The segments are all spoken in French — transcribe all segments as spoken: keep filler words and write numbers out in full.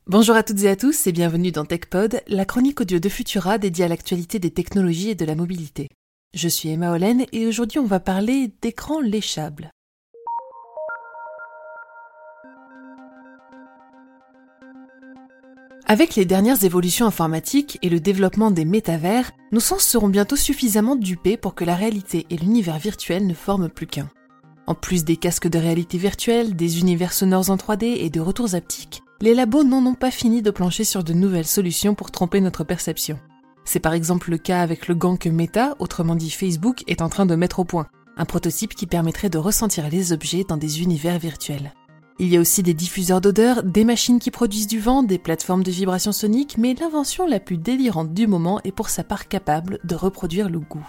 Bonjour à toutes et à tous et bienvenue dans TechPod, la chronique audio de Futura dédiée à l'actualité des technologies et de la mobilité. Je suis Emma Hollen et aujourd'hui on va parler d'écrans léchables. Avec les dernières évolutions informatiques et le développement des métavers, nos sens seront bientôt suffisamment dupés pour que la réalité et l'univers virtuel ne forment plus qu'un. En plus des casques de réalité virtuelle, des univers sonores en trois D et de retours haptiques, les labos n'en ont pas fini de plancher sur de nouvelles solutions pour tromper notre perception. C'est par exemple le cas avec le gant que Meta, autrement dit Facebook, est en train de mettre au point, un prototype qui permettrait de ressentir les objets dans des univers virtuels. Il y a aussi des diffuseurs d'odeurs, des machines qui produisent du vent, des plateformes de vibration sonique, mais l'invention la plus délirante du moment est pour sa part capable de reproduire le goût.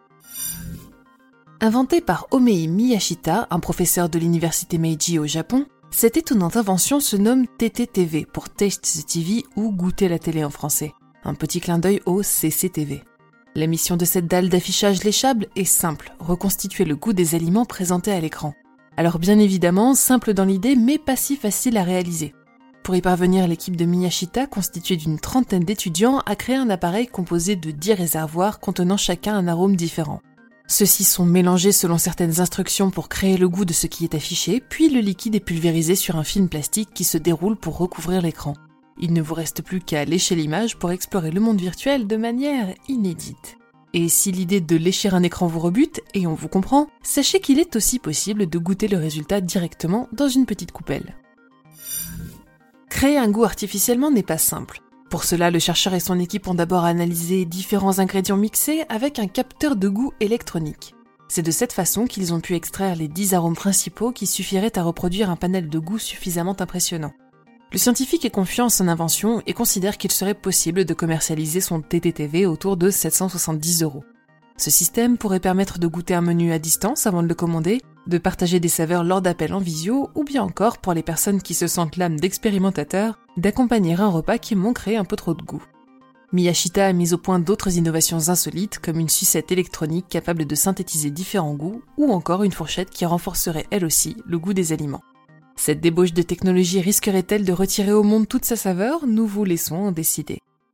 Inventé par Omei Miyashita, un professeur de l'université Meiji au Japon, cette étonnante invention se nomme T T T V pour Taste the T V ou Goûter la télé en français. Un petit clin d'œil au C C T V. La mission de cette dalle d'affichage léchable est simple, reconstituer le goût des aliments présentés à l'écran. Alors bien évidemment, simple dans l'idée, mais pas si facile à réaliser. Pour y parvenir, l'équipe de Miyashita, constituée d'une trentaine d'étudiants, a créé un appareil composé de dix réservoirs contenant chacun un arôme différent. Ceux-ci sont mélangés selon certaines instructions pour créer le goût de ce qui est affiché, puis le liquide est pulvérisé sur un film plastique qui se déroule pour recouvrir l'écran. Il ne vous reste plus qu'à lécher l'image pour explorer le monde virtuel de manière inédite. Et si l'idée de lécher un écran vous rebute, et on vous comprend, sachez qu'il est aussi possible de goûter le résultat directement dans une petite coupelle. Créer un goût artificiellement n'est pas simple. Pour cela, le chercheur et son équipe ont d'abord analysé différents ingrédients mixés avec un capteur de goût électronique. C'est de cette façon qu'ils ont pu extraire les dix arômes principaux qui suffiraient à reproduire un panel de goût suffisamment impressionnant. Le scientifique est confiant en son invention et considère qu'il serait possible de commercialiser son T T T V autour de sept cent soixante-dix euros. Ce système pourrait permettre de goûter un menu à distance avant de le commander, de partager des saveurs lors d'appels en visio, ou bien encore, pour les personnes qui se sentent l'âme d'expérimentateurs, d'accompagner un repas qui manquerait un peu trop de goût. Miyashita a mis au point d'autres innovations insolites, comme une sucette électronique capable de synthétiser différents goûts, ou encore une fourchette qui renforcerait elle aussi le goût des aliments. Cette débauche de technologie risquerait-elle de retirer au monde toute sa saveur ? Nous vous laissons en décider.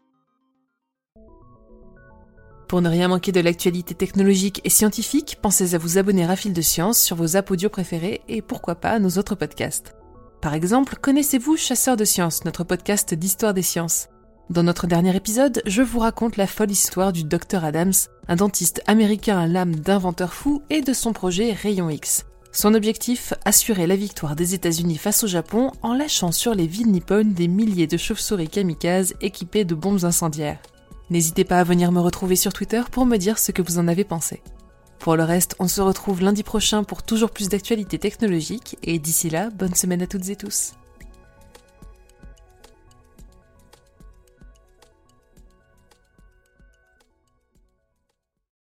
Pour ne rien manquer de l'actualité technologique et scientifique, pensez à vous abonner à Fil de Science sur vos apps audio préférés et pourquoi pas à nos autres podcasts. Par exemple, connaissez-vous Chasseurs de Sciences, notre podcast d'histoire des sciences ? Dans notre dernier épisode, je vous raconte la folle histoire du docteur Adams, un dentiste américain à l'âme d'inventeur fou et de son projet Rayon X. Son objectif, assurer la victoire des États-Unis face au Japon en lâchant sur les villes nippones des milliers de chauves-souris kamikazes équipées de bombes incendiaires. N'hésitez pas à venir me retrouver sur Twitter pour me dire ce que vous en avez pensé. Pour le reste, on se retrouve lundi prochain pour toujours plus d'actualités technologiques et d'ici là, bonne semaine à toutes et tous.